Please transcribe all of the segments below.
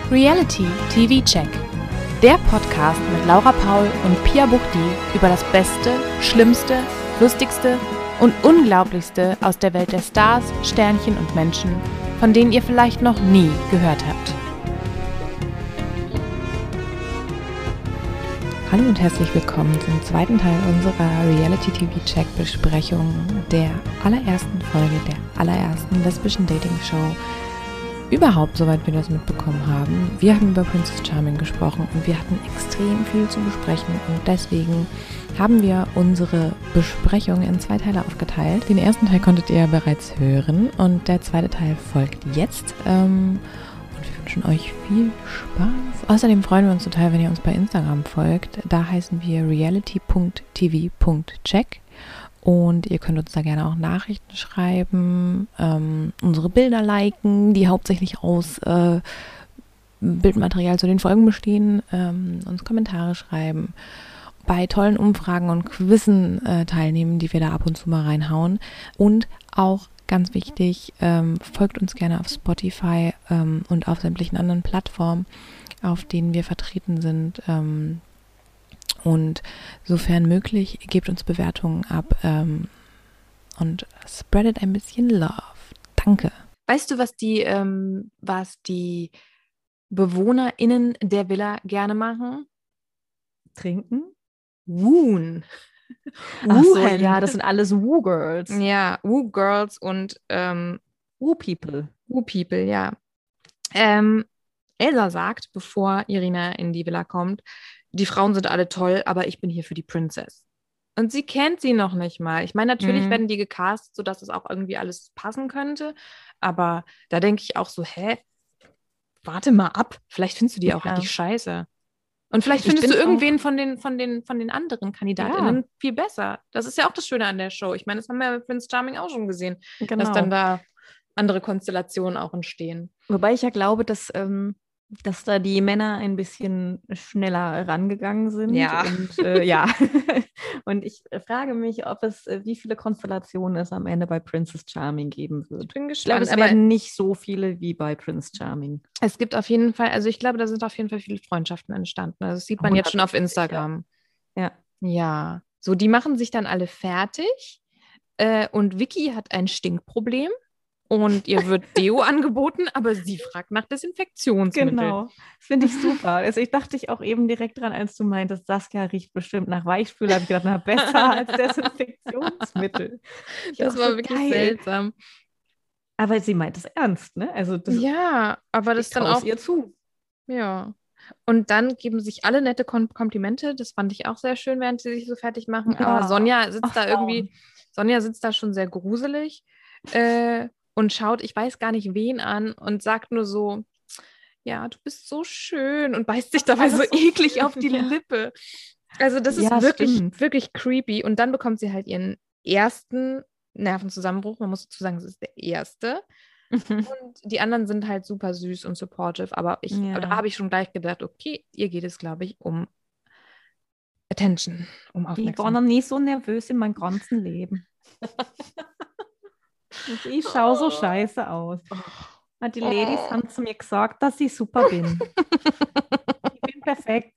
Reality TV Check. Der Podcast mit Laura Paul und Pia Buchti über das Beste, Schlimmste, Lustigste und Unglaublichste aus der Welt der Stars, Sternchen und Menschen, von denen ihr vielleicht noch nie gehört habt. Hallo und herzlich willkommen zum zweiten Teil unserer Reality TV Check Besprechung der allerersten Folge der allerersten lesbischen Dating Show überhaupt, soweit wir das mitbekommen haben. Wir haben über Princess Charming gesprochen und wir hatten extrem viel zu besprechen und deswegen haben wir unsere Besprechung in zwei Teile aufgeteilt. Den ersten Teil konntet ihr ja bereits hören und der zweite Teil folgt jetzt. Und wir wünschen euch viel Spaß. Außerdem freuen wir uns total, wenn ihr uns bei Instagram folgt. Da heißen wir reality.tv.check. Und ihr könnt uns da gerne auch Nachrichten schreiben, unsere Bilder liken, die hauptsächlich aus Bildmaterial zu den Folgen bestehen, uns Kommentare schreiben, bei tollen Umfragen und Quizzen teilnehmen, die wir da ab und zu mal reinhauen. Und auch ganz wichtig, folgt uns gerne auf Spotify und auf sämtlichen anderen Plattformen, auf denen wir vertreten sind. Und sofern möglich, gebt uns Bewertungen ab und spreadet ein bisschen Love. Danke. Weißt du, was die BewohnerInnen der Villa gerne machen? Trinken? Wooen. Ach so, ja, das sind alles Woo-Girls. Ja, Woo-Girls und Woo-People. Woo-People, ja. Elsa sagt, bevor Irina in die Villa kommt, die Frauen sind alle toll, aber ich bin hier für die Princess. Und sie kennt sie noch nicht mal. Ich meine, natürlich werden die gecastet, sodass es auch irgendwie alles passen könnte. Aber da denke ich auch so, warte mal ab. Vielleicht findest du die auch richtig scheiße. Und vielleicht findest du irgendwen von den anderen KandidatInnen viel besser. Das ist ja auch das Schöne an der Show. Ich meine, das haben wir bei Prince Charming auch schon gesehen, dass dann da andere Konstellationen auch entstehen. Wobei ich ja glaube, dass da die Männer ein bisschen schneller rangegangen sind. Ja. Und und ich frage mich, wie viele Konstellationen es am Ende bei Princess Charming geben wird. Ich bin gespannt. Ich glaube, es werden nicht so viele wie bei Prince Charming. Es gibt auf jeden Fall, also ich glaube, da sind auf jeden Fall viele Freundschaften entstanden. Also das sieht man jetzt schon auf Instagram. Ja. Ja. So, die machen sich dann alle fertig und Vicky hat ein Stinkproblem. Und ihr wird Deo angeboten, aber sie fragt nach Desinfektionsmittel. Genau, das finde ich super. Also ich dachte auch eben direkt dran, als du meintest, Saskia riecht bestimmt nach Weichspüler. Habe ich gedacht, na, besser als Desinfektionsmittel. Das war so wirklich seltsam. Aber sie meint es ernst, ne? Also das aber das dann auch ihr zu. Ja. Und dann geben sich alle nette Komplimente. Das fand ich auch sehr schön, während sie sich so fertig machen. Ja. Aber Sonja sitzt da schon sehr gruselig. Und schaut, ich weiß gar nicht wen an und sagt nur so, ja, du bist so schön und beißt sich dabei so eklig auf die Lippe. Also das ist wirklich, wirklich creepy. Und dann bekommt sie halt ihren ersten Nervenzusammenbruch. Man muss dazu sagen, es ist der erste. Und die anderen sind halt super süß und supportive. Aber da habe ich schon gleich gedacht, okay, ihr geht es, glaube ich, um Attention, um Aufmerksamkeit. Ich war noch nie so nervös in meinem ganzen Leben. Ich schaue so scheiße aus. Die Ladies haben zu mir gesagt, dass ich super bin. Ich bin perfekt.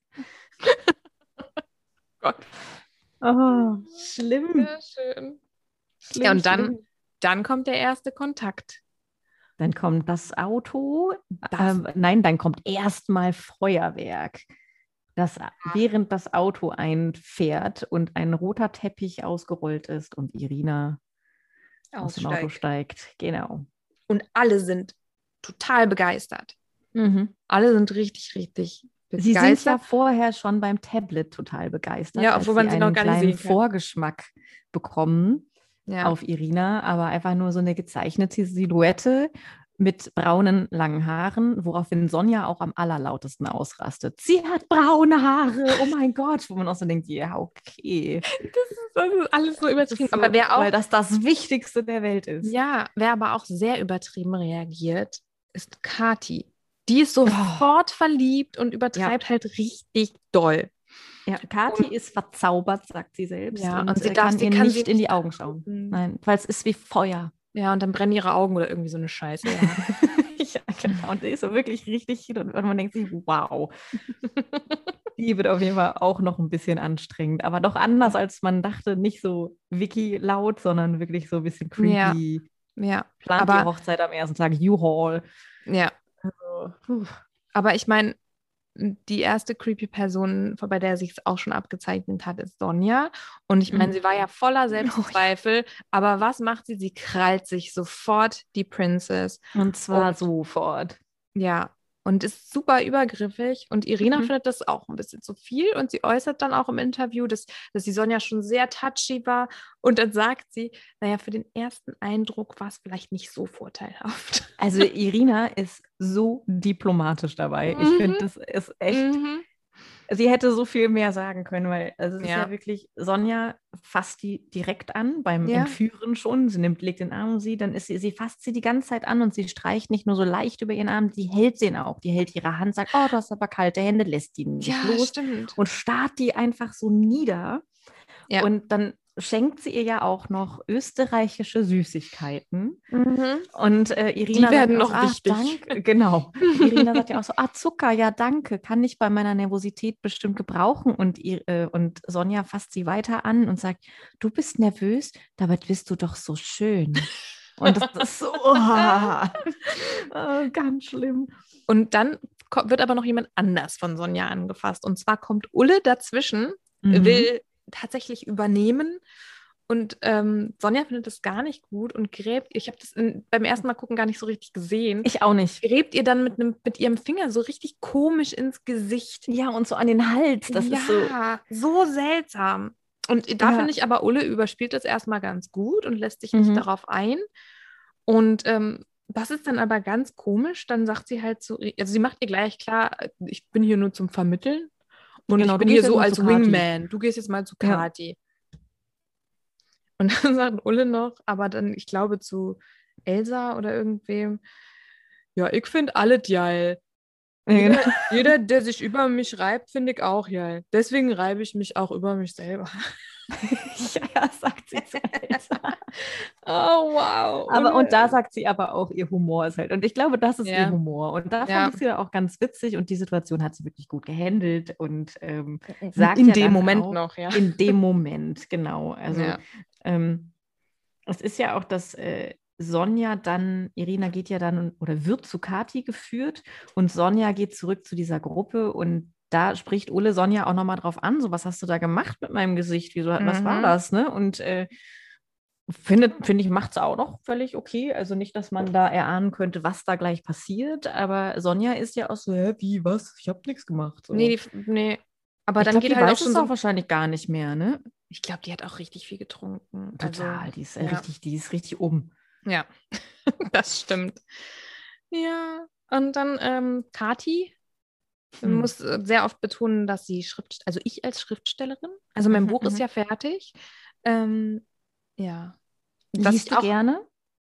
Gott. Oh, schlimm. Sehr schön. Schlimm, ja, und dann kommt der erste Kontakt. Dann kommt das Auto. Dann kommt erstmal Feuerwerk. Während das Auto einfährt und ein roter Teppich ausgerollt ist und Irina aus dem Auto steigt. Genau. Und alle sind total begeistert. Alle sind richtig, richtig begeistert. Sie sind ja vorher schon beim Tablet total begeistert. Ja, obwohl man sie noch gar nicht sehen kann. Einen Vorgeschmack bekommen auf Irina, aber einfach nur so eine gezeichnete Silhouette mit braunen, langen Haaren, woraufhin Sonja auch am allerlautesten ausrastet. Sie hat braune Haare, oh mein Gott. Wo man auch so denkt, ja, okay. Das ist alles so übertrieben. Aber weil das Wichtigste der Welt ist. Ja, wer aber auch sehr übertrieben reagiert, ist Kathi. Die ist sofort verliebt und übertreibt halt richtig doll. Ja, Kathi ist verzaubert, sagt sie selbst. Ja, und sie kann ihr nicht in die Augen schauen. Nein, weil es ist wie Feuer. Ja, und dann brennen ihre Augen oder irgendwie so eine Scheiße. Ja. Ja, Genau, und die ist so wirklich richtig, und man denkt sich, wow, die wird auf jeden Fall auch noch ein bisschen anstrengend, aber doch anders, als man dachte, nicht so Vicky laut, sondern wirklich so ein bisschen Ja, creepy. ja. Plant die Aber Hochzeit am ersten Tag, U-Haul. ja, Also, puh. aber ich meine, die erste creepy Person, bei der sich es auch schon abgezeichnet hat, ist Sonja. Und ich meine, sie war ja voller Selbstzweifel, aber was macht sie? Sie krallt sich sofort die Princess. Und zwar Und sofort. ja, und ist super übergriffig. Und Irina findet das auch ein bisschen zu viel. Und sie äußert dann auch im Interview, dass die Sonja schon sehr touchy war. Und dann sagt sie, naja, für den ersten Eindruck war es vielleicht nicht so vorteilhaft. Also Irina ist so diplomatisch dabei. Ich finde, das ist echt, Mhm. sie hätte so viel mehr sagen können, weil es ist ja Ja. wirklich, Sonja fasst die direkt an, beim Ja. Entführen schon. Sie legt den Arm um sie, dann ist sie fasst sie die ganze Zeit an und sie streicht nicht nur so leicht über ihren Arm, sie hält den auch. Die hält ihre Hand, sagt, oh, du hast aber kalte Hände, lässt die nicht Ja, los stimmt. und starrt die einfach so nieder. Ja. Und dann schenkt sie ihr ja auch noch österreichische Süßigkeiten. Mhm. Und Irina Die werden sagt noch auch so, wichtig. danke, genau. Irina sagt ja auch so, Zucker, ja, danke, kann ich bei meiner Nervosität bestimmt gebrauchen. Und Sonja fasst sie weiter an und sagt, du bist nervös, dabei bist du doch so schön. Und das ist so, ganz schlimm. Und dann wird aber noch jemand anders von Sonja angefasst. Und zwar kommt Ulle dazwischen, Mhm. will tatsächlich übernehmen. Und Sonja findet das gar nicht gut und gräbt, ich habe das beim ersten Mal gucken gar nicht so richtig gesehen. Ich auch nicht. Gräbt ihr dann mit ihrem Finger so richtig komisch ins Gesicht. Ja, und so an den Hals. Das ist so. So seltsam. Und da finde ich aber, Ulle überspielt das erstmal ganz gut und lässt sich nicht darauf ein. Und das ist dann aber ganz komisch. Dann sagt sie halt so, also sie macht ihr gleich klar, ich bin hier nur zum Vermitteln. Und Genau, ich bin hier so als Wingman. Du gehst jetzt mal zu Kathi. Und dann sagt Ulle noch, aber dann, ich glaube, zu Elsa oder irgendwem, ja, ich finde alles geil. Jeder, der sich über mich reibt, finde ich auch geil. Deswegen reibe ich mich auch über mich selber. Ja, sagt sie zu Elsa. Oh, wow. Und da sagt sie aber auch, ihr Humor ist halt. Und ich glaube, das ist ihr Humor. Und da fand ich sie auch ganz witzig. Und die Situation hat sie wirklich gut gehandelt. Und sagt in ja dem dann Moment auch, noch, ja. In dem Moment, genau. Also es ist ja auch, dass Sonja dann, Irina geht ja dann oder wird zu Kathi geführt. Und Sonja geht zurück zu dieser Gruppe. Und da spricht Ulle Sonja auch nochmal drauf an. So, was hast du da gemacht mit meinem Gesicht? Was war das? Ne? Und finde ich, macht es auch noch völlig okay. Also nicht, dass man da erahnen könnte, was da gleich passiert. Aber Sonja ist ja auch so, wie, was? Ich habe nichts gemacht. So. Nee. Aber ich dann glaub, geht die halt weiß auch schon es so. Auch wahrscheinlich gar nicht mehr, ne? Ich glaube, die hat auch richtig viel getrunken. Total, also, die ist richtig um. Ja, das stimmt. Ja, und dann Kathi muss sehr oft betonen, dass sie also ich als Schriftstellerin, also mein Buch ist ja fertig. Ja. Liest du gerne?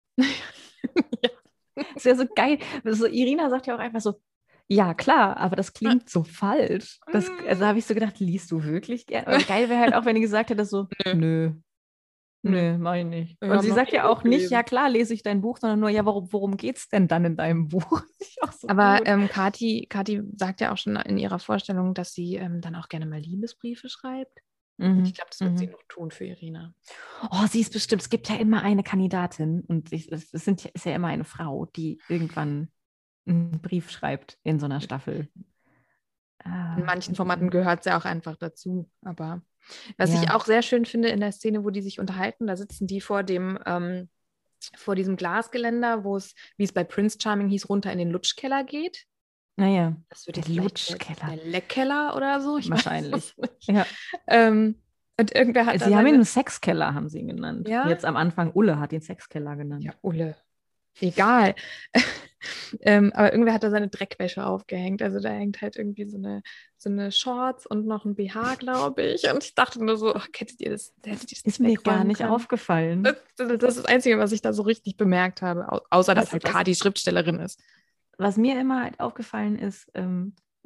Ja. Ist ja so geil. So, Irina sagt ja auch einfach so, ja, klar, aber das klingt so falsch. Also habe ich so gedacht, liest du wirklich gerne? Aber geil wäre halt auch, wenn die gesagt hätte so, nö, mach ich nicht. Und sie sagt ja auch nicht, ja klar, lese ich dein Buch, sondern nur, ja, worum geht es denn dann in deinem Buch? So aber Kathi sagt ja auch schon in ihrer Vorstellung, dass sie dann auch gerne mal Liebesbriefe schreibt. Und ich glaube, das wird sie noch tun für Irina. Oh, sie ist bestimmt, es gibt ja immer eine Kandidatin und es ist ja immer eine Frau, die irgendwann einen Brief schreibt in so einer Staffel. In manchen Formaten gehört es ja auch einfach dazu. Aber was ich auch sehr schön finde in der Szene, wo die sich unterhalten, da sitzen die vor diesem Glasgeländer, wie es bei Prince Charming hieß, runter in den Lutschkeller geht. Naja, das wird der Lutschkeller. Der Leckkeller oder so. Wahrscheinlich. Ja. Und irgendwer hat sie haben ihn einen Sexkeller, haben sie ihn genannt. Ja? Jetzt am Anfang, Ulle hat ihn Sexkeller genannt. Ja, Ulle. Egal. Aber irgendwer hat da seine Dreckwäsche aufgehängt. Also da hängt halt irgendwie so eine Shorts und noch ein BH, glaube ich. Und ich dachte nur so, hättet ihr das ist mir gar nicht aufgefallen. Das ist das Einzige, was ich da so richtig bemerkt habe. Außer, dass halt Kathi Schriftstellerin ist. Was mir immer halt aufgefallen ist,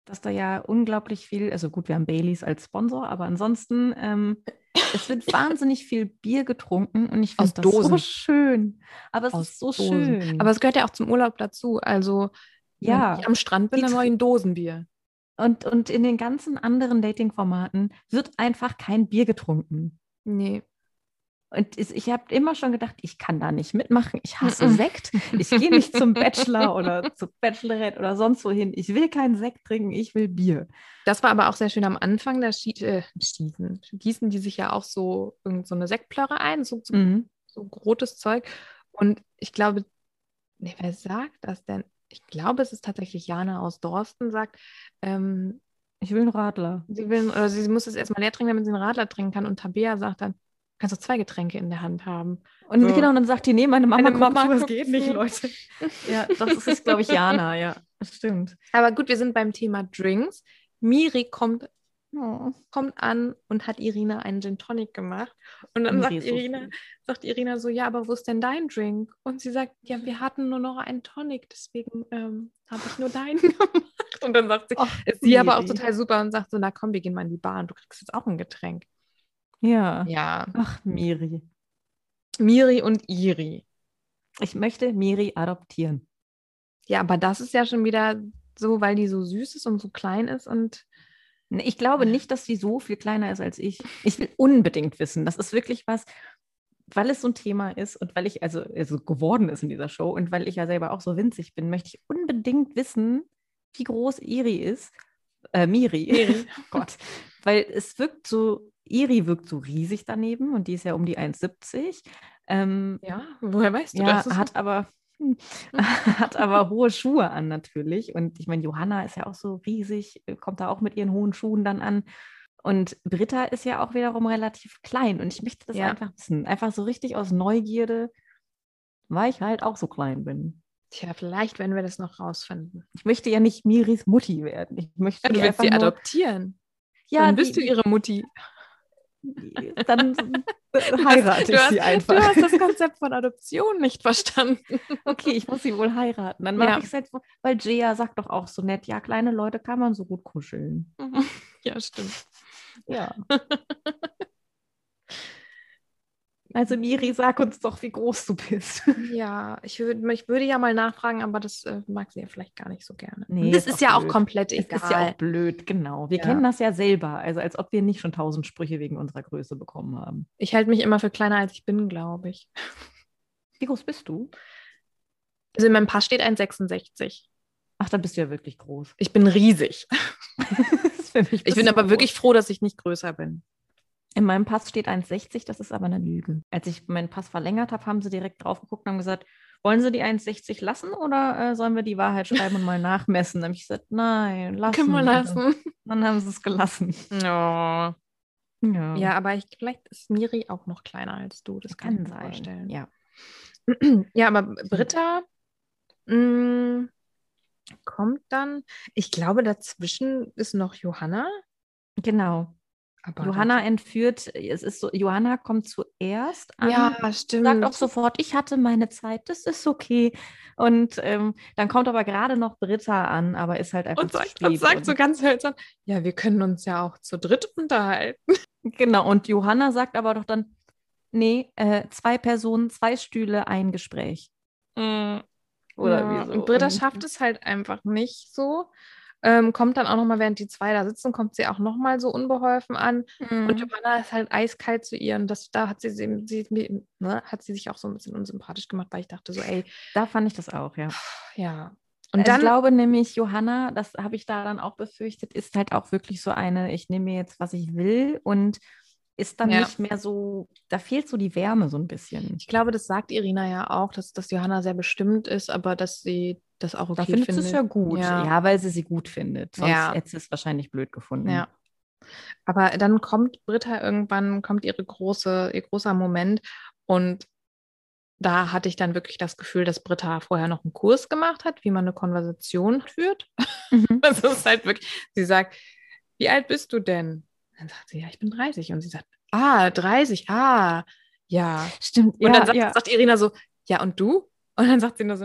dass da ja unglaublich viel, also gut, wir haben Baileys als Sponsor, aber ansonsten, es wird wahnsinnig viel Bier getrunken und ich Aus finde das so Dosen. schön. Aber es Aus ist so Dosen. schön. Aber es gehört ja auch zum Urlaub dazu. Also, wenn ich Ja, am Strand bin, die, dann mache ich ein Dosenbier. und in den ganzen anderen Dating-Formaten wird einfach kein Bier getrunken. Nee. Und ich habe immer schon gedacht, ich kann da nicht mitmachen. Ich hasse Mm-mm. Sekt. Ich gehe nicht zum Bachelor oder zur Bachelorette oder sonst wohin. Ich will keinen Sekt trinken, ich will Bier. Das war aber auch sehr schön am Anfang. Da gießen die sich ja auch so, so eine Sektplörre ein, Mhm. so rotes Zeug. Und ich glaube, nee, wer sagt das denn? Ich glaube, es ist tatsächlich Jana aus Dorsten, sagt, ähm, Ich will einen Radler. sie muss es erstmal leer trinken, damit sie einen Radler trinken kann. Und Tabea sagt dann, kannst du 2 Getränke in der Hand haben. Und So. genau, und dann sagt die, nee, meine Mama Meine guckt Mama zu, es guckt geht nicht, zu. Leute. Ja, das ist, glaube ich, Jana, ja, das stimmt. Aber gut, wir sind beim Thema Drinks. Miri Oh, kommt an und hat Irina einen Gin Tonic gemacht. Und dann Miri ist so süß. sagt Irina so, ja, aber wo ist denn dein Drink? Und sie sagt, ja, wir hatten nur noch einen Tonic, deswegen habe ich nur deinen gemacht. Und dann sagt sie, Ach, ist sie aber auch Miri. total super und sagt so, na komm, wir gehen mal in die Bar und du kriegst jetzt auch ein Getränk. Ja. Ja, Ach, Miri. Miri und Iri. Ich möchte Miri adoptieren. Ja, aber das ist ja schon wieder so, weil die so süß ist und so klein ist und Nee, ich glaube nicht, dass sie so viel kleiner ist als ich. Ich will unbedingt wissen. Das ist wirklich was, weil es so ein Thema ist und weil ich also geworden ist in dieser Show und weil ich ja selber auch so winzig bin, möchte ich unbedingt wissen, wie groß Iri ist. Miri. Miri. Oh Gott. Weil es wirkt so, Iri wirkt so riesig daneben und die ist ja um die 1,70. Ja, woher weißt du Ja, das? hat aber hohe Schuhe an natürlich. Und ich meine, Johanna ist ja auch so riesig, kommt da auch mit ihren hohen Schuhen dann an. Und Britta ist ja auch wiederum relativ klein. Und ich möchte das Ja. einfach wissen. Einfach so richtig aus Neugierde, weil ich halt auch so klein bin. Tja, vielleicht werden wir das noch rausfinden. Ich möchte ja nicht Miris Mutti werden. Ich möchte Du die willst einfach sie nur, adoptieren. ja, Dann bist du ihre Mutti. dann heirate ich sie einfach. Du hast das Konzept von Adoption nicht verstanden. Okay, ich muss sie wohl heiraten. Dann Ja. mache ich es halt so, weil Jaya sagt doch auch so nett, ja, kleine Leute kann man so gut kuscheln. Ja, stimmt. Ja. Also Miri, sag uns doch, wie groß du bist. Ja, ich würde ja mal nachfragen, aber das mag sie ja vielleicht gar nicht so gerne. Nee, Und das ist ist auch ja auch blöd. komplett Es egal. ist ja auch blöd, genau. Wir Ja. kennen das ja selber. Also als ob wir nicht schon 1000 Sprüche wegen unserer Größe bekommen haben. Ich halte mich immer für kleiner, als ich bin, glaube ich. Wie groß bist du? Also in meinem Pass steht 1,66. Ach, dann bist du ja wirklich groß. Ich bin riesig. Das ist für mich ein Ich bin bisschen aber groß. wirklich froh, dass ich nicht größer bin. In meinem Pass steht 1,60, das ist aber eine Lüge. Als ich meinen Pass verlängert habe, haben sie direkt drauf geguckt und haben gesagt, wollen Sie die 1,60 lassen oder sollen wir die Wahrheit schreiben und mal nachmessen? Dann habe ich gesagt, nein, lassen. Können wir lassen. Dann haben sie es gelassen. Ja. Ja, Ja, aber vielleicht ist Miri auch noch kleiner als du. Das kann ich kann mir sein. vorstellen. Ja. Ja, aber Britta kommt dann. Ich glaube, dazwischen ist noch Johanna. Genau. Aber Johanna entführt, es ist so, Johanna kommt zuerst an, ja, stimmt. sagt auch sofort, ich hatte meine Zeit, das ist okay. Und dann kommt aber gerade noch Britta an, aber ist halt einfach und zu sagt, spät. und sagt so ganz hölzern, ja, wir können uns ja auch zu dritt unterhalten. Genau, und Johanna sagt aber doch dann, nee, 2 Personen, 2 Stühle, ein Gespräch. Oder Ja, wieso? und Britta schafft es halt einfach nicht so. Kommt dann auch nochmal, während die 2 da sitzen, kommt sie auch nochmal so unbeholfen an. Und Johanna ist halt eiskalt zu ihr. Und da hat sie sich auch so ein bisschen unsympathisch gemacht, weil ich dachte so, ey. Da fand ich das auch, ja. Ja. Und Also dann, ich glaube nämlich, Johanna, das habe ich da dann auch befürchtet, ist halt auch wirklich so eine, ich nehme mir jetzt, was ich will und ist dann Ja. nicht mehr so, da fehlt so die Wärme so ein bisschen. ich glaube, das sagt Irina ja auch, dass Johanna sehr bestimmt ist, aber dass sie das auch Da okay findet sie findet. es ja gut. Ja. Ja, weil sie gut findet. Sonst Ja. hätte sie es wahrscheinlich blöd gefunden. Ja. Aber dann kommt Britta irgendwann, kommt ihr großer Moment und da hatte ich dann wirklich das Gefühl, dass Britta vorher noch einen Kurs gemacht hat, wie man eine Konversation führt. Mhm. Das ist halt wirklich, sie sagt, wie alt bist du denn? Dann sagt sie, ja, ich bin 30. Und sie sagt, 30, ja. Stimmt, Und ja, dann sagt Irina so, ja, und du? Und dann sagt sie nur so,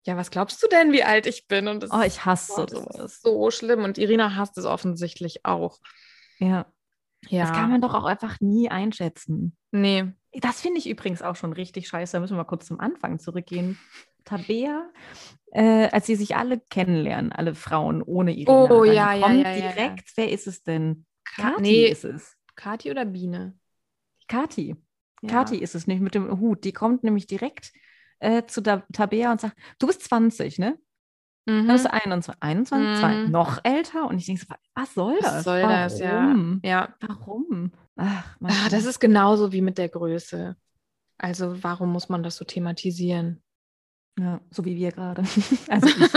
ja, was glaubst du denn, wie alt ich bin? Und das ich hasse das sowas. ist so schlimm. Und Irina hasst es offensichtlich auch. Ja. Das kann Ja, man doch auch einfach nie einschätzen. nee. Das finde ich übrigens auch schon richtig scheiße. Da müssen wir mal kurz zum Anfang zurückgehen. Tabea, als sie sich alle kennenlernen, alle Frauen ohne Irina, Oh, dann ja, ja, kommt ja, ja, ja. direkt, wer ist es denn? Kati Nee, ist es. Kathi oder Biene? Kati. Kati Ja. ist es nicht mit dem Hut. Die kommt nämlich direkt zu Tabea und sagt, du bist 20, ne? Dann bist Mhm. du 21, 21, Mhm. noch älter. Und ich denke so, was soll Was das? soll das? Ja, Warum? ja. Warum? Ach, Das manchmal. ist genauso wie mit der Größe. Also warum muss man das so thematisieren? Ja, so wie wir gerade. Also ich.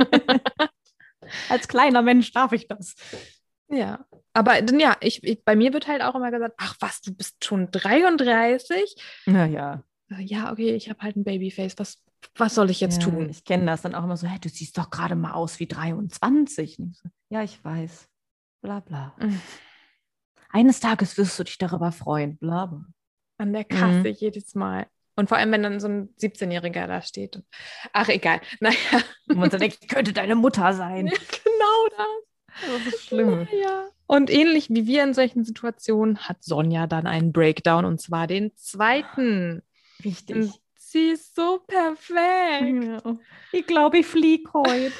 Als kleiner Mensch darf ich das. Ja, aber dann ja, bei mir wird halt auch immer gesagt, ach was, du bist schon 33? Naja. Ja, okay, ich habe halt ein Babyface. Was soll ich jetzt Ja, tun? ich kenne das dann auch immer so, hey, du siehst doch gerade mal aus wie 23. Und ich so, ja, ich weiß. Bla bla. Eines Tages wirst du dich darüber freuen. Bla bla. An der Kasse Mhm. jedes Mal. Und vor allem, wenn dann so ein 17-Jähriger da steht. Ach, egal. Naja. Und man so denkt, könnte deine Mutter sein. Ja, genau das. Das ist schlimm. Ja. Und ähnlich wie wir in solchen Situationen hat Sonja dann einen Breakdown und zwar den zweiten. Und Richtig. sie ist so perfekt. Ja. Ich glaube, ich fliege heute.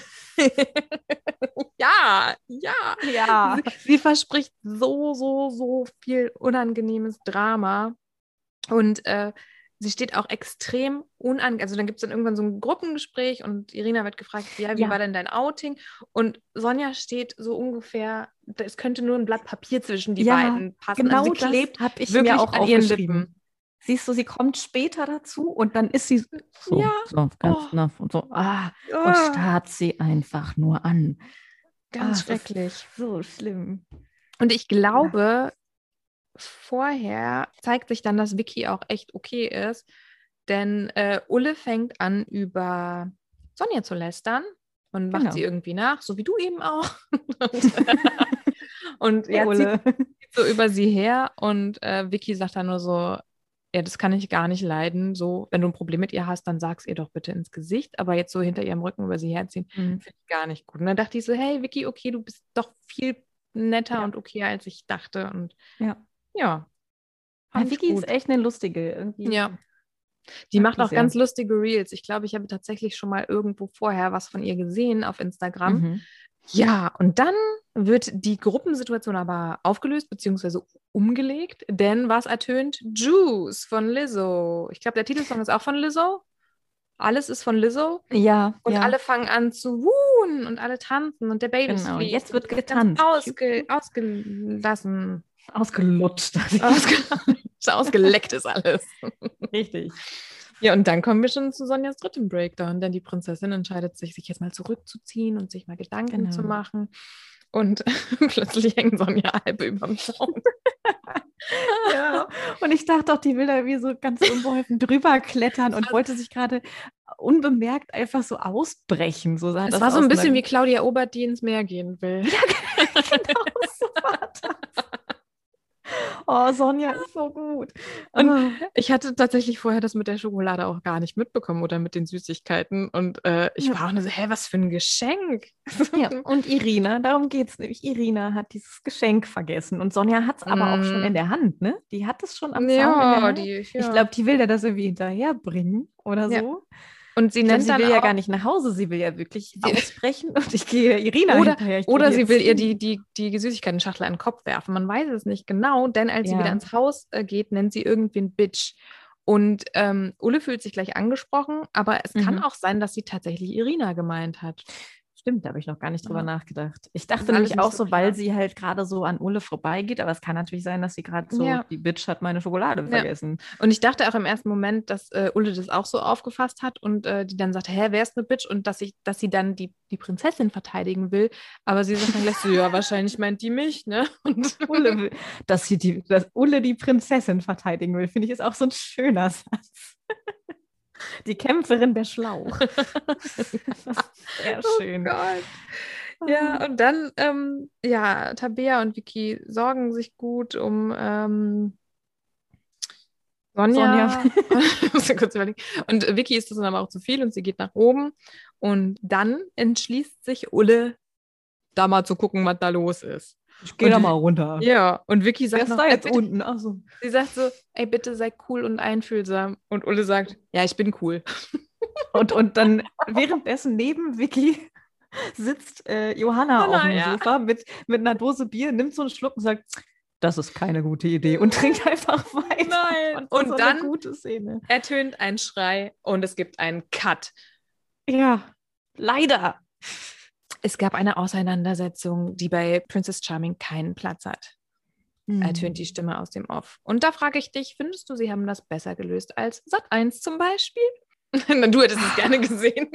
Ja, ja. Ja. Sie verspricht so viel unangenehmes Drama. Und sie steht auch extrem also dann gibt es dann irgendwann so ein Gruppengespräch und Irina wird gefragt, ja, wie war Ja, denn dein Outing? Und Sonja steht so ungefähr, es könnte nur ein Blatt Papier zwischen die ja, beiden passen. Also sie genau das klebt habe ich mir wirklich auch an ihren aufgeschrieben. Lippen. Siehst du, sie kommt später dazu und dann ist sie Ja, so ganz oh, nah und so, und oh, starrt sie einfach nur an. ganz Es ist schrecklich. so schlimm. Und ich Ja. glaube, vorher zeigt sich dann, dass Vicky auch echt okay ist, denn Ulle fängt an, über Sonja zu lästern und macht sie Genau. irgendwie nach, so wie du eben auch. Und Hey, ja, zieht Ulle. so über sie her und Vicky sagt dann nur so, ja, das kann ich gar nicht leiden. So, wenn du ein Problem mit ihr hast, dann sag's ihr doch bitte ins Gesicht, aber jetzt so hinter ihrem Rücken über sie herziehen, Mhm. finde ich gar nicht gut. Und dann dachte ich so, hey, Vicky, okay, du bist doch viel netter Ja, und okay, als ich dachte. Und ja. ja, Ja, fand ich Vicky ist gut. echt eine lustige. Irgendwie Ja. Die mag macht die auch ganz sehr. lustige Reels. Ich glaube, ich habe tatsächlich schon mal irgendwo vorher was von ihr gesehen auf Instagram. Mhm. Ja, und dann wird die Gruppensituation aber aufgelöst bzw. umgelegt, denn was ertönt? Juice von Lizzo. Ich glaube, der Titelsong ist auch von Lizzo. Alles ist von Lizzo. Ja, Und ja, alle fangen an zu wuhen und alle tanzen und der Baileys genau. fließt Jetzt und wird sie ist ganz getanzt. ausgelassen. Ausgelutscht. Ausge ausgeleckt ist alles. Richtig. Ja, und dann kommen wir schon zu Sonjas drittem Breakdown, denn die Prinzessin entscheidet sich, sich jetzt mal zurückzuziehen und sich mal Gedanken zu Genau. machen. Und plötzlich hängt Sonja halb überm Zaun. Ja, und ich dachte auch, die will da wie so ganz unbeholfen drüber klettern und Also, wollte sich gerade unbemerkt einfach so ausbrechen. So sah es das war so ein aus. bisschen wie Claudia Obert, die ins Meer gehen will. Ja, genau so war das. Oh, Sonja ist so gut. Und Oh. ich hatte tatsächlich vorher das mit der Schokolade auch gar nicht mitbekommen oder mit den Süßigkeiten. Und ich Ja. war auch nur so, hä, was für ein Geschenk. Ja, und Irina, darum geht es nämlich. Irina hat dieses Geschenk vergessen und Sonja hat es aber auch schon in Mm, der Hand, ne? Die hat es schon am Zaun in der ja, Hand. Ich ja. glaube, die will da das irgendwie hinterherbringen oder Ja. so. Und sie Ich glaube, nennt sie dann will ja gar auch, nicht nach Hause, sie will ja wirklich sie, ausbrechen und ich gehe Irina Oder, hinterher, ich gehe oder dir sie will ihr zu. die Süßigkeiten-Schachtel an den Kopf werfen. Man weiß es nicht genau, denn als sie wieder Ja. ins Haus geht, nennt sie irgendwen Bitch. Und Ulle fühlt sich gleich angesprochen, aber es kann Mhm. auch sein, dass sie tatsächlich Irina gemeint hat. Stimmt, da habe ich noch gar nicht drüber Ja, nachgedacht. Ich ist dachte alles nämlich nicht auch so so, weil klar. sie halt gerade so an Ulle vorbeigeht, aber es kann natürlich sein, dass sie gerade so, Ja, die Bitch hat meine Schokolade ja. vergessen. Und ich dachte auch im ersten Moment, dass Ulle das auch so aufgefasst hat und die dann sagte, hä, wer ist eine Bitch? Und dass sie dann die Prinzessin verteidigen will. Aber sie sagt dann gleich so, ja, wahrscheinlich meint die mich, ne? Und Ulle will, dass Ulle die Prinzessin verteidigen will, finde ich, ist auch so ein schöner Satz. Die Kämpferin der Schlauch. Sehr oh schön. Gott. Ah. Ja, und dann, ja, Tabea und Vicky sorgen sich gut um Sonja. Ich muss ja kurz überlegen. Und Vicky ist das dann aber auch zu viel und sie geht nach oben. Und dann entschließt sich Ulle, da mal zu gucken, was da los ist. Ich gehe da mal runter. Ja, und Vicky sagt Wer ist noch, da jetzt bitte, unten? Ach so. sie sagt so, ey, bitte sei cool und einfühlsam. Und Ulle sagt, ja, ich bin cool. Und dann währenddessen neben Vicky sitzt Johanna auf dem Sofa mit einer Dose Bier, nimmt so einen Schluck und sagt, das ist keine gute Idee und trinkt einfach weiter. Nein. Und so dann eine gute Szene. Ertönt ein Schrei und es gibt einen Cut. Ja, leider. Es gab eine Auseinandersetzung, die bei Princess Charming keinen Platz hat. Ertönt die Stimme aus dem Off. Und da frage ich dich, findest du, sie haben das besser gelöst als Sat.1 zum Beispiel? Du hättest es gerne gesehen.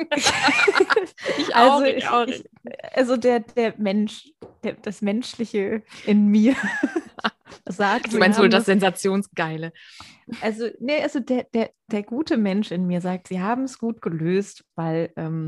Ich auch. Also der Mensch, das Menschliche in mir sagt. Du meinst wohl das Sensationsgeile. Also der gute Mensch in mir sagt, sie haben es gut gelöst, weil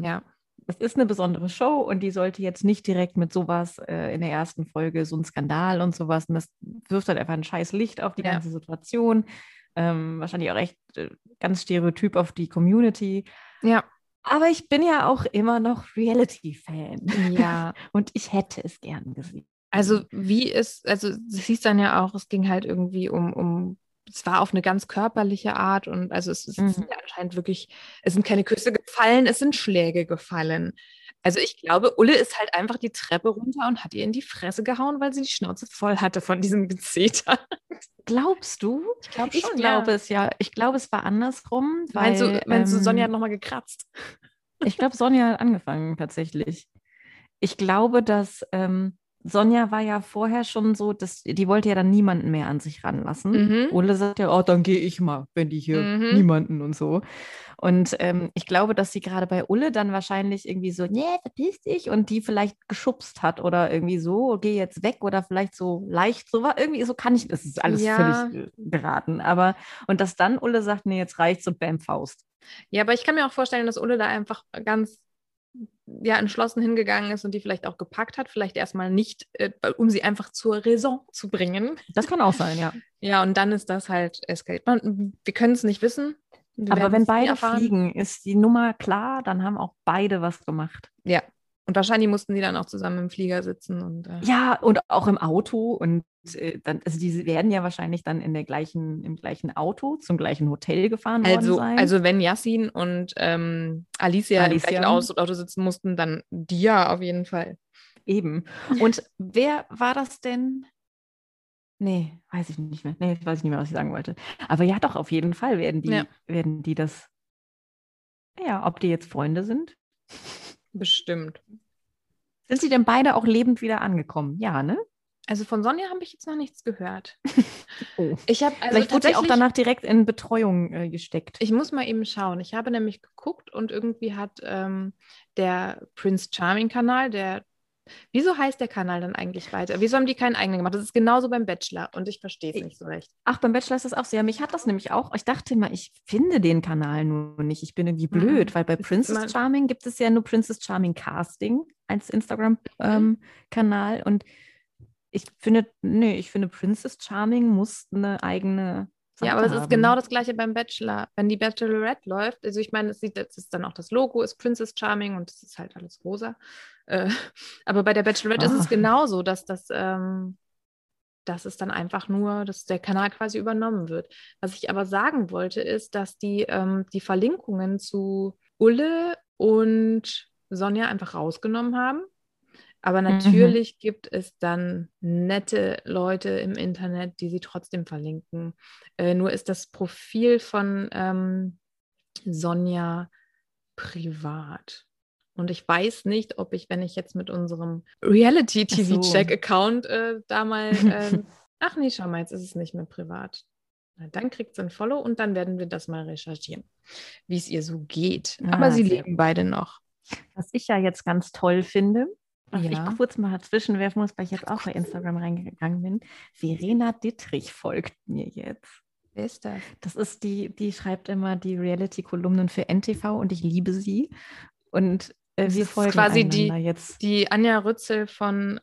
es ist eine besondere Show und die sollte jetzt nicht direkt mit sowas in der ersten Folge, so ein Skandal und sowas. Und das wirft halt einfach ein scheiß Licht auf die ganze Situation. Wahrscheinlich auch echt ganz stereotyp auf die Community. Ja. Aber ich bin ja auch immer noch Reality-Fan. Ja. Und ich hätte es gern gesehen. Also es hieß dann ja auch, es ging halt irgendwie es war auf eine ganz körperliche Art und also es ist ja anscheinend wirklich, es sind keine Küsse gefallen, es sind Schläge gefallen. Also ich glaube, Ulle ist halt einfach die Treppe runter und hat ihr in die Fresse gehauen, weil sie die Schnauze voll hatte von diesem Gezeter. Glaubst du? Ich glaube schon, Ich glaube es ja. Ich glaube, es war andersrum. Meinst du, Sonja hat nochmal gekratzt? Ich glaube, Sonja hat angefangen tatsächlich. Ich glaube, dass Sonja war ja vorher schon so, die wollte ja dann niemanden mehr an sich ranlassen. Ulle sagt ja, dann gehe ich mal, wenn die hier niemanden und so. Und ich glaube, dass sie gerade bei Ulle dann wahrscheinlich irgendwie so, nee, verpiss dich, und die vielleicht geschubst hat oder irgendwie so, geh jetzt weg oder vielleicht so leicht, so war irgendwie, so kann ich, das ist alles völlig geraten. Und dass dann Ulle sagt, nee, jetzt reicht's und bam, Faust. Ja, aber ich kann mir auch vorstellen, dass Ulle da einfach ganz entschlossen hingegangen ist und die vielleicht auch gepackt hat, vielleicht erstmal nicht, um sie einfach zur Raison zu bringen. Das kann auch sein, ja. Ja, und dann ist das halt eskaliert. Wir können es nicht wissen. Aber wenn beide fliegen, ist die Nummer klar, dann haben auch beide was gemacht. Ja, und wahrscheinlich mussten die dann auch zusammen im Flieger sitzen. Ja, und auch im Auto. Und dann, also die werden ja wahrscheinlich dann im gleichen Auto zum gleichen Hotel gefahren worden sein. Also wenn Yassin und Alicia im gleichen Auto sitzen mussten, dann die ja auf jeden Fall. Eben. Und wer war das denn? Nee, weiß ich nicht mehr. Nee, weiß ich nicht mehr, was ich sagen wollte. Aber ja, doch, auf jeden Fall werden die das. Ja, ob die jetzt Freunde sind? Bestimmt. Sind sie denn beide auch lebend wieder angekommen? Ja, ne? Also von Sonja habe ich jetzt noch nichts gehört. Oh. Vielleicht wurde sie auch danach direkt in Betreuung gesteckt. Ich muss mal eben schauen. Ich habe nämlich geguckt und irgendwie hat der Prince Charming-Kanal, wieso heißt der Kanal dann eigentlich weiter? Wieso haben die keinen eigenen gemacht? Das ist genauso beim Bachelor und ich verstehe es nicht so recht. Ach, beim Bachelor ist das auch so. Ja, mich hat das nämlich auch. Ich dachte immer, ich finde den Kanal nur nicht. Ich bin irgendwie blöd, weil bei Princess Charming gibt es ja nur Princess Charming Casting als Instagram-Kanal. Und ich finde Princess Charming muss eine eigene Seite aber es haben. ist genau das Gleiche beim Bachelor. Wenn die Bachelorette läuft, also ich meine, das ist dann auch das Logo, ist Princess Charming und es ist halt alles rosa. Aber bei der Bachelorette ist es genauso, dass es dann einfach nur, dass der Kanal quasi übernommen wird. Was ich aber sagen wollte, ist, dass die Verlinkungen zu Ulle und Sonja einfach rausgenommen haben. Aber natürlich gibt es dann nette Leute im Internet, die sie trotzdem verlinken. Nur ist das Profil von Sonja privat. Und ich weiß nicht, ob wenn ich jetzt mit unserem Reality-TV-Check-Account da mal... ach nee, schau mal, jetzt ist es nicht mehr privat. Na, dann kriegt sie ein Follow und dann werden wir das mal recherchieren, wie es ihr so geht. Aber sie leben beide noch. Was ich ja jetzt ganz toll finde, was ich kurz mal dazwischen werfen muss, weil ich jetzt auch bei Instagram reingegangen bin. Verena Dittrich folgt mir jetzt. Wer ist das? Das ist die schreibt immer die Reality-Kolumnen für NTV und ich liebe sie. Und wir folgen quasi jetzt. Die Anja Rützel von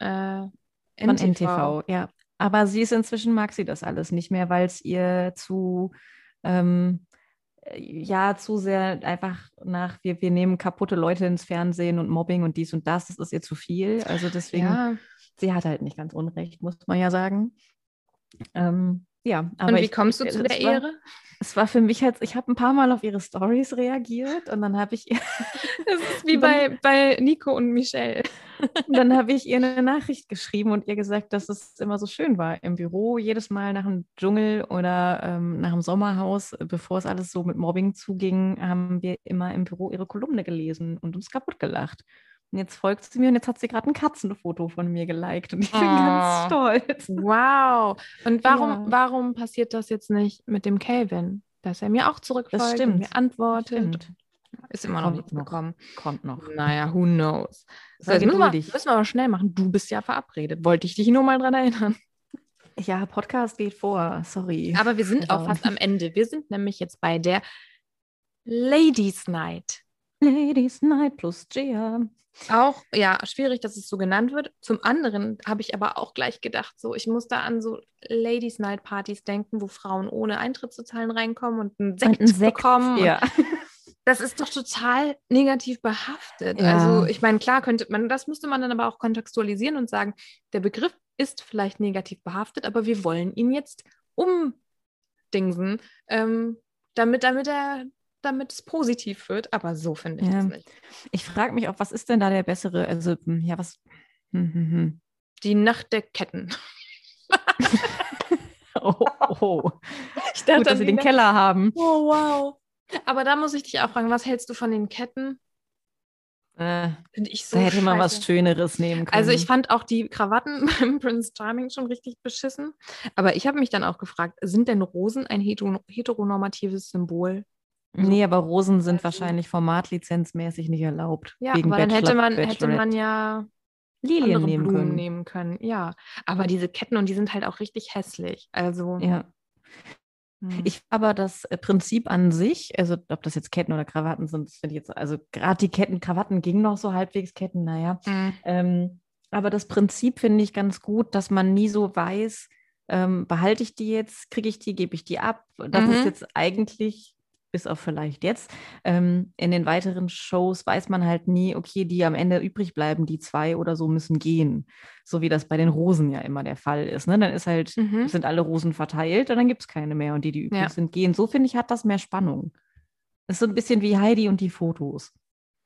NTV, ja. Aber sie ist inzwischen, mag sie das alles nicht mehr, weil es ihr zu ja, zu sehr einfach wir nehmen kaputte Leute ins Fernsehen und Mobbing und dies und das, das ist ihr zu viel. Also deswegen, Ja. sie hat halt nicht ganz Unrecht, muss man ja sagen. Ja, Und aber wie kommst du zu der Ehre? es war für mich halt, ich habe ein paar Mal auf ihre Stories reagiert und dann habe ich Das ist wie dann, bei Nico und Michelle. dann habe ich ihr eine Nachricht geschrieben und ihr gesagt, dass es immer so schön war im Büro, jedes Mal nach dem Dschungel oder nach dem Sommerhaus, bevor es alles so mit Mobbing zuging, haben wir immer im Büro ihre Kolumne gelesen und uns kaputt gelacht. Und jetzt folgt sie mir und jetzt hat sie gerade ein Katzenfoto von mir geliked und ich bin ganz Oh, stolz. wow. Und Ja, warum passiert das jetzt nicht mit dem Calvin? Dass er mir auch das zurückfolgt und stimmt. mir antwortet. Stimmt. Ist immer noch Kommt nichts noch. gekommen. Kommt noch. Naja, who knows. So, Sei jetzt geduldig. müssen wir aber schnell machen. Du bist ja verabredet. Wollte ich dich nur mal dran erinnern. Ja, Podcast geht vor. Sorry. Aber wir sind auch fast am Ende. Wir sind nämlich jetzt bei der Ladies Night. Ladies Night plus Gia. Auch, ja, schwierig, dass es so genannt wird. Zum anderen habe ich aber auch gleich gedacht, so, ich muss da an so Ladies Night Partys denken, wo Frauen ohne Eintritt zu zahlen reinkommen und einen Sekt bekommen. Ja. Das ist doch total negativ behaftet. Ja. Also, ich meine, klar könnte man, das müsste man dann aber auch kontextualisieren und sagen, der Begriff ist vielleicht negativ behaftet, aber wir wollen ihn jetzt umdingsen, damit es positiv wird. Aber so finde ich das nicht. Ich frage mich auch, was ist denn da der bessere, also, ja, was? Die Nacht der Ketten. Oh. Ich dachte, gut, dass sie den Keller haben. Oh, wow. Aber da muss ich dich auch fragen, was hältst du von den Ketten? Finde ich so da hätte man was scheiße. Schöneres nehmen können. Also ich fand auch die Krawatten beim Prince Charming schon richtig beschissen. Aber ich habe mich dann auch gefragt, sind denn Rosen ein heteronormatives Symbol? Nee, aber Rosen sind wahrscheinlich formatlizenzmäßig nicht erlaubt. Ja, wegen aber dann hätte man Bachelorette. ja Lilien andere nehmen Blumen können. nehmen können. Ja, aber diese Ketten und die sind halt auch richtig hässlich. Also Ja. Ich aber das Prinzip an sich, also ob das jetzt Ketten oder Krawatten sind, das finde ich jetzt, also gerade die Ketten, Krawatten gingen noch so halbwegs Ketten, naja. Aber das Prinzip finde ich ganz gut, dass man nie so weiß, behalte ich die jetzt, kriege ich die, gebe ich die ab. Das ist jetzt eigentlich, bis auf vielleicht jetzt, in den weiteren Shows weiß man halt nie, okay, die am Ende übrig bleiben, die 2 oder so müssen gehen. So wie das bei den Rosen ja immer der Fall ist. Ne? Dann ist halt, sind alle Rosen verteilt und dann gibt es keine mehr. Und die übrig sind, gehen. So finde ich, hat das mehr Spannung. Das ist so ein bisschen wie Heidi und die Fotos.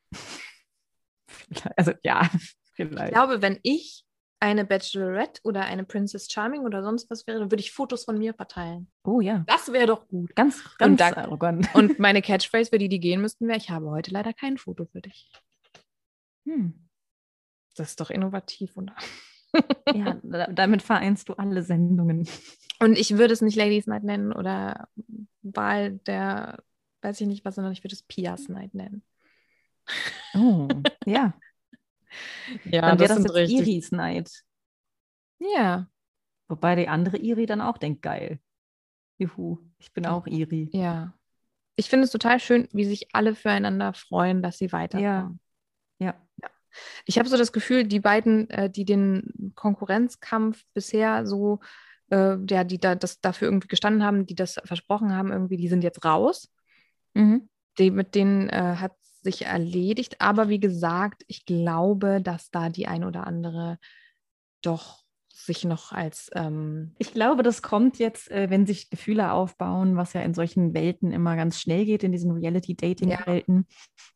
Also ja, vielleicht. Ich glaube, wenn ich eine Bachelorette oder eine Princess Charming oder sonst was wäre, dann würde ich Fotos von mir verteilen. Oh ja. Das wäre doch gut. Ganz arrogant. Und meine Catchphrase, für die gehen müssten, wäre, ich habe heute leider kein Foto für dich. Das ist doch innovativ, oder? Ja, damit vereinst du alle Sendungen. Und ich würde es nicht Ladies Night nennen oder Wahl der, weiß ich nicht was, sondern ich würde es Pias Night nennen. Oh, ja. Ja, dann wäre das jetzt richtig. Iris Night. Ja. Wobei die andere Iri dann auch denkt, geil. Juhu, ich bin auch Iri. Ja. Ich finde es total schön, wie sich alle füreinander freuen, dass sie weiterkommen. Ja. Ich habe so das Gefühl, die beiden, die den Konkurrenzkampf bisher so, die dafür irgendwie gestanden haben, die das versprochen haben, irgendwie, die sind jetzt raus. Mit denen hat sich erledigt. Aber wie gesagt, ich glaube, dass da die ein oder andere doch sich noch als... Ich glaube, das kommt jetzt, wenn sich Gefühle aufbauen, was ja in solchen Welten immer ganz schnell geht, in diesen Reality-Dating-Welten.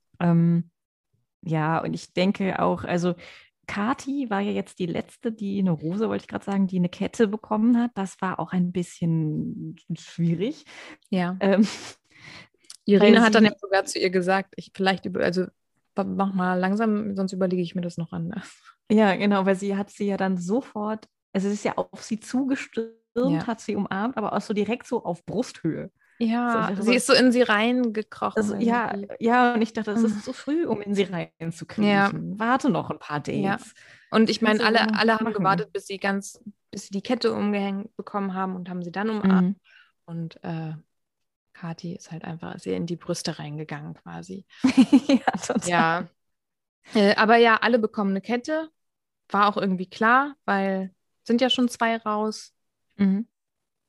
Ja, und ich denke auch, also Kathi war ja jetzt die letzte, die eine Rose, wollte ich gerade sagen, die eine Kette bekommen hat. Das war auch ein bisschen schwierig. Ja. Irina hat dann ja sogar zu ihr gesagt, also mach mal langsam, sonst überlege ich mir das noch anders. Ja, genau, weil sie ja dann sofort, also es ist ja auf sie zugestürmt, hat sie umarmt, aber auch so direkt so auf Brusthöhe. Ja, sie ist so in sie reingekrochen. Ja, und ich dachte, das ist zu früh, um in sie reinzukriechen. Ja. Warte noch ein paar Dates. Ja. Und ich meine, alle haben gewartet, bis sie die Kette umgehängt bekommen haben und haben sie dann umarmt. Und Kathi ist halt einfach sehr in die Brüste reingegangen quasi. Ja, total. Ja. Aber ja, alle bekommen eine Kette. War auch irgendwie klar, weil sind ja schon 2 raus.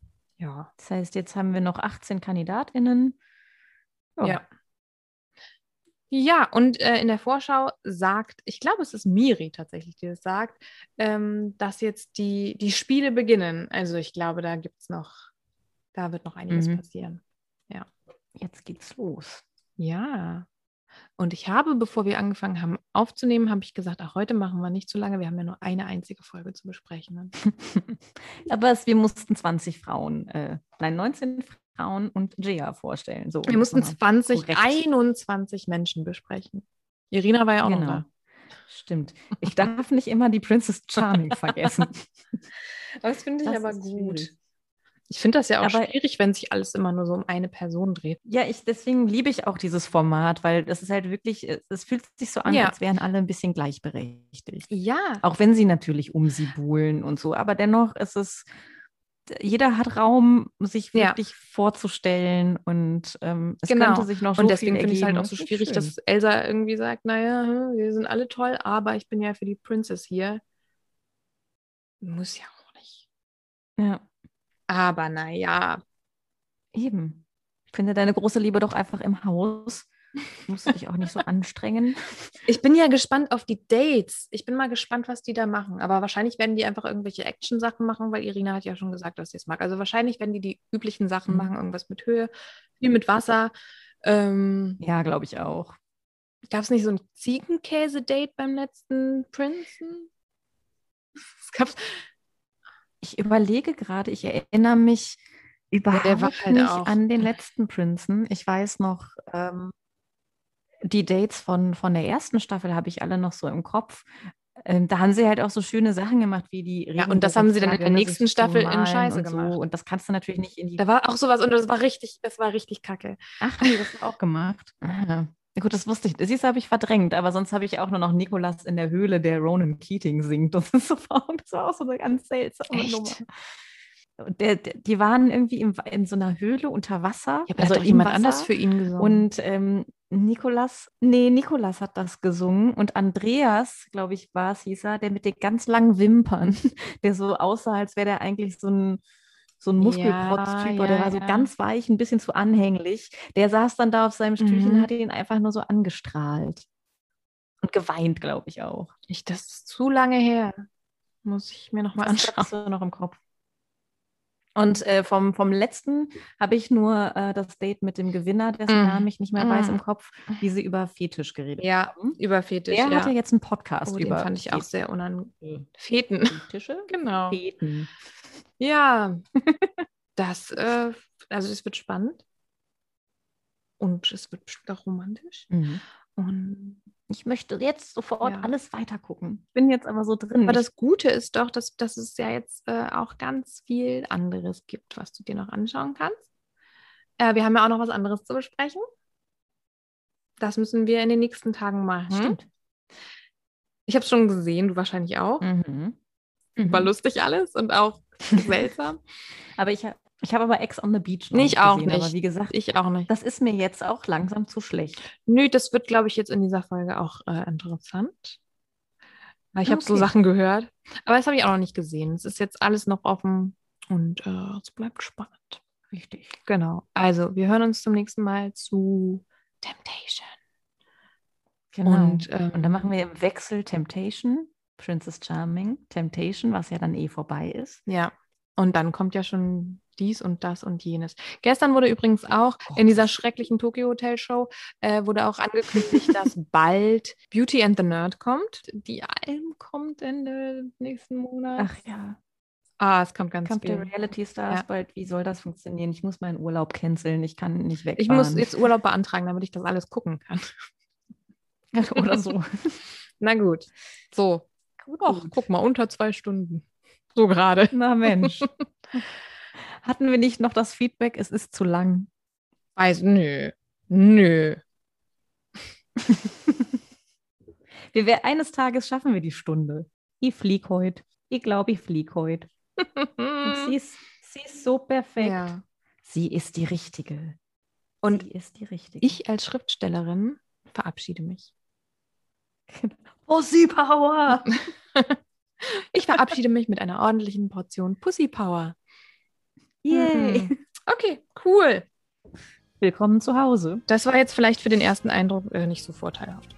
Ja. Das heißt, jetzt haben wir noch 18 KandidatInnen. Oh. Ja. Ja, und in der Vorschau sagt, ich glaube, es ist Miri tatsächlich, die das sagt, dass jetzt die Spiele beginnen. Also ich glaube, da wird noch einiges passieren. Ja. Jetzt geht's los. Ja. Und ich habe, bevor wir angefangen haben aufzunehmen, habe ich gesagt, ach, heute machen wir nicht zu lange, wir haben ja nur eine einzige Folge zu besprechen. Aber wir mussten 20 Frauen, 19 Frauen und Gia vorstellen. So, wir mussten 21 Menschen besprechen. Irina war ja auch noch da. Stimmt. Ich darf nicht immer die Princess Charming vergessen. Das finde ich Das aber ist gut. schwierig. Ich finde das ja auch schwierig, wenn sich alles immer nur so um eine Person dreht. Ja, deswegen liebe ich auch dieses Format, weil das ist halt wirklich, es fühlt sich so an, als wären alle ein bisschen gleichberechtigt. Ja. Auch wenn sie natürlich um sie buhlen und so, aber dennoch ist es, jeder hat Raum, sich wirklich vorzustellen und es könnte sich noch so viel ergeben. Und deswegen finde ich es halt auch so schwierig, dass Elsa irgendwie sagt, naja, wir sind alle toll, aber ich bin ja für die Princess hier. Muss ja auch nicht. Ja. Aber naja. Eben. Ich finde deine große Liebe doch einfach im Haus. Musst du dich auch nicht so anstrengen. Ich bin ja gespannt auf die Dates. Ich bin mal gespannt, was die da machen. Aber wahrscheinlich werden die einfach irgendwelche Action-Sachen machen, weil Irina hat ja schon gesagt, dass sie es mag. Also wahrscheinlich werden die üblichen Sachen machen, irgendwas mit Höhe, viel mit Wasser. Ja, glaube ich auch. Gab es nicht so ein Ziegenkäse-Date beim letzten Prinzen? Ich überlege gerade, ich erinnere mich überhaupt nicht an den letzten Prinzen. Ich weiß noch, die Dates von der ersten Staffel habe ich alle noch so im Kopf. Da haben sie halt auch so schöne Sachen gemacht, wie die und das haben sie dann in der nächsten Staffel in Scheiße gemacht. Und das kannst du natürlich nicht in die... Da war auch sowas und das war richtig kacke. Ach nee, das war auch gemacht. Ah. Gut, das wusste ich. Das habe ich verdrängt, aber sonst habe ich auch nur noch Nikolas in der Höhle, der Ronan Keating singt. Das war auch so eine ganz seltsame Nummer. Die waren irgendwie in so einer Höhle unter Wasser. Ja, aber also hat doch jemand anders für ihn gesungen. Und Nikolas hat das gesungen. Und Andreas, glaube ich, hieß er, der mit den ganz langen Wimpern, der so aussah, als wäre der eigentlich so ein Muskelprotz-Typ, oder der war so ganz weich, ein bisschen zu anhänglich. Der saß dann da auf seinem Stühlchen und hat ihn einfach nur so angestrahlt. Und geweint, glaube ich auch. Das ist zu lange her. Muss ich mir nochmal anschauen. Das hast du noch im Kopf. Und vom letzten habe ich nur das Date mit dem Gewinner, dessen Namen ich nicht mehr weiß, im Kopf, wie sie über Fetisch geredet haben. Ja, über Fetisch, Der hat ja jetzt einen Podcast über... Den fand ich auch sehr unangenehm. Feten. Fetische? Genau. Feten. Ja, das wird spannend. Und es wird bestimmt auch romantisch. Und ich möchte jetzt sofort alles weitergucken. Ich bin jetzt aber so drin. Aber das Gute ist doch, dass es ja jetzt auch ganz viel anderes gibt, was du dir noch anschauen kannst. Wir haben ja auch noch was anderes zu besprechen. Das müssen wir in den nächsten Tagen machen. Stimmt. Ich habe es schon gesehen, du wahrscheinlich auch. War lustig alles und auch seltsam. Aber ich habe aber Ex on the Beach noch nicht gesehen, nicht. Aber wie gesagt, ich auch nicht. Das ist mir jetzt auch langsam zu schlecht. Nö, das wird, glaube ich, jetzt in dieser Folge auch interessant. Weil ich habe so Sachen gehört. Aber das habe ich auch noch nicht gesehen. Es ist jetzt alles noch offen und es bleibt spannend. Richtig. Genau. Also, wir hören uns zum nächsten Mal zu Temptation. Genau. Und dann machen wir im Wechsel Temptation, Princess Charming, Temptation, was ja dann vorbei ist. Ja. Und dann kommt ja schon dies und das und jenes. Gestern wurde übrigens auch in dieser schrecklichen Tokyo Hotel Show wurde auch angekündigt, dass bald Beauty and the Nerd kommt. Die Alm kommt Ende nächsten Monat. Ach ja. Es kommt ganz viel. Kommt der Reality Stars bald? Wie soll das funktionieren? Ich muss meinen Urlaub canceln. Ich kann nicht wegfahren. Ich muss jetzt Urlaub beantragen, damit ich das alles gucken kann. Oder so. Na gut. So. Gut. Guck mal, unter 2 Stunden. So gerade. Na Mensch. Hatten wir nicht noch das Feedback, es ist zu lang? Nö. Eines Tages schaffen wir die Stunde. Ich flieg heute. Ich glaube, ich flieg heute. Sie ist so perfekt. Ja. Sie ist die Richtige. Und ich als Schriftstellerin verabschiede mich. Pussy Power! Ich verabschiede mich mit einer ordentlichen Portion Pussy Power. Yay! Okay, cool. Willkommen zu Hause. Das war jetzt vielleicht für den ersten Eindruck nicht so vorteilhaft.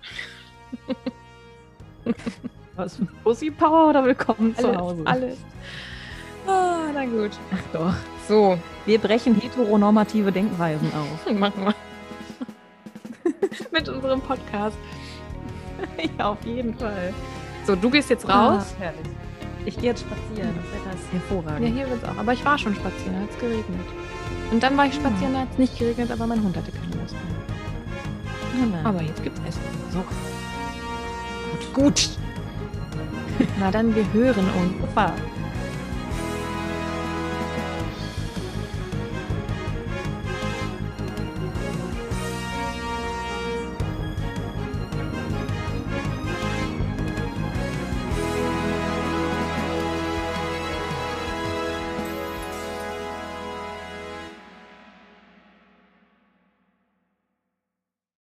Was? Pussy Power oder willkommen zu Hause? Alles. Ah, na gut. Ach doch. So. Wir brechen heteronormative Denkweisen auf. Machen wir. Mit unserem Podcast. Ja, auf jeden Fall. So, du gehst jetzt raus. Herrlich. Ich gehe jetzt spazieren. Das Wetter ist hervorragend. Ja, hier wird es auch. Aber ich war schon spazieren, da hat es geregnet. Und dann war ich spazieren, da hat es nicht geregnet, aber mein Hund hatte keine Lust mehr. Aber jetzt gibt es Essen. So. Gut. Na dann, wir hören uns. Super.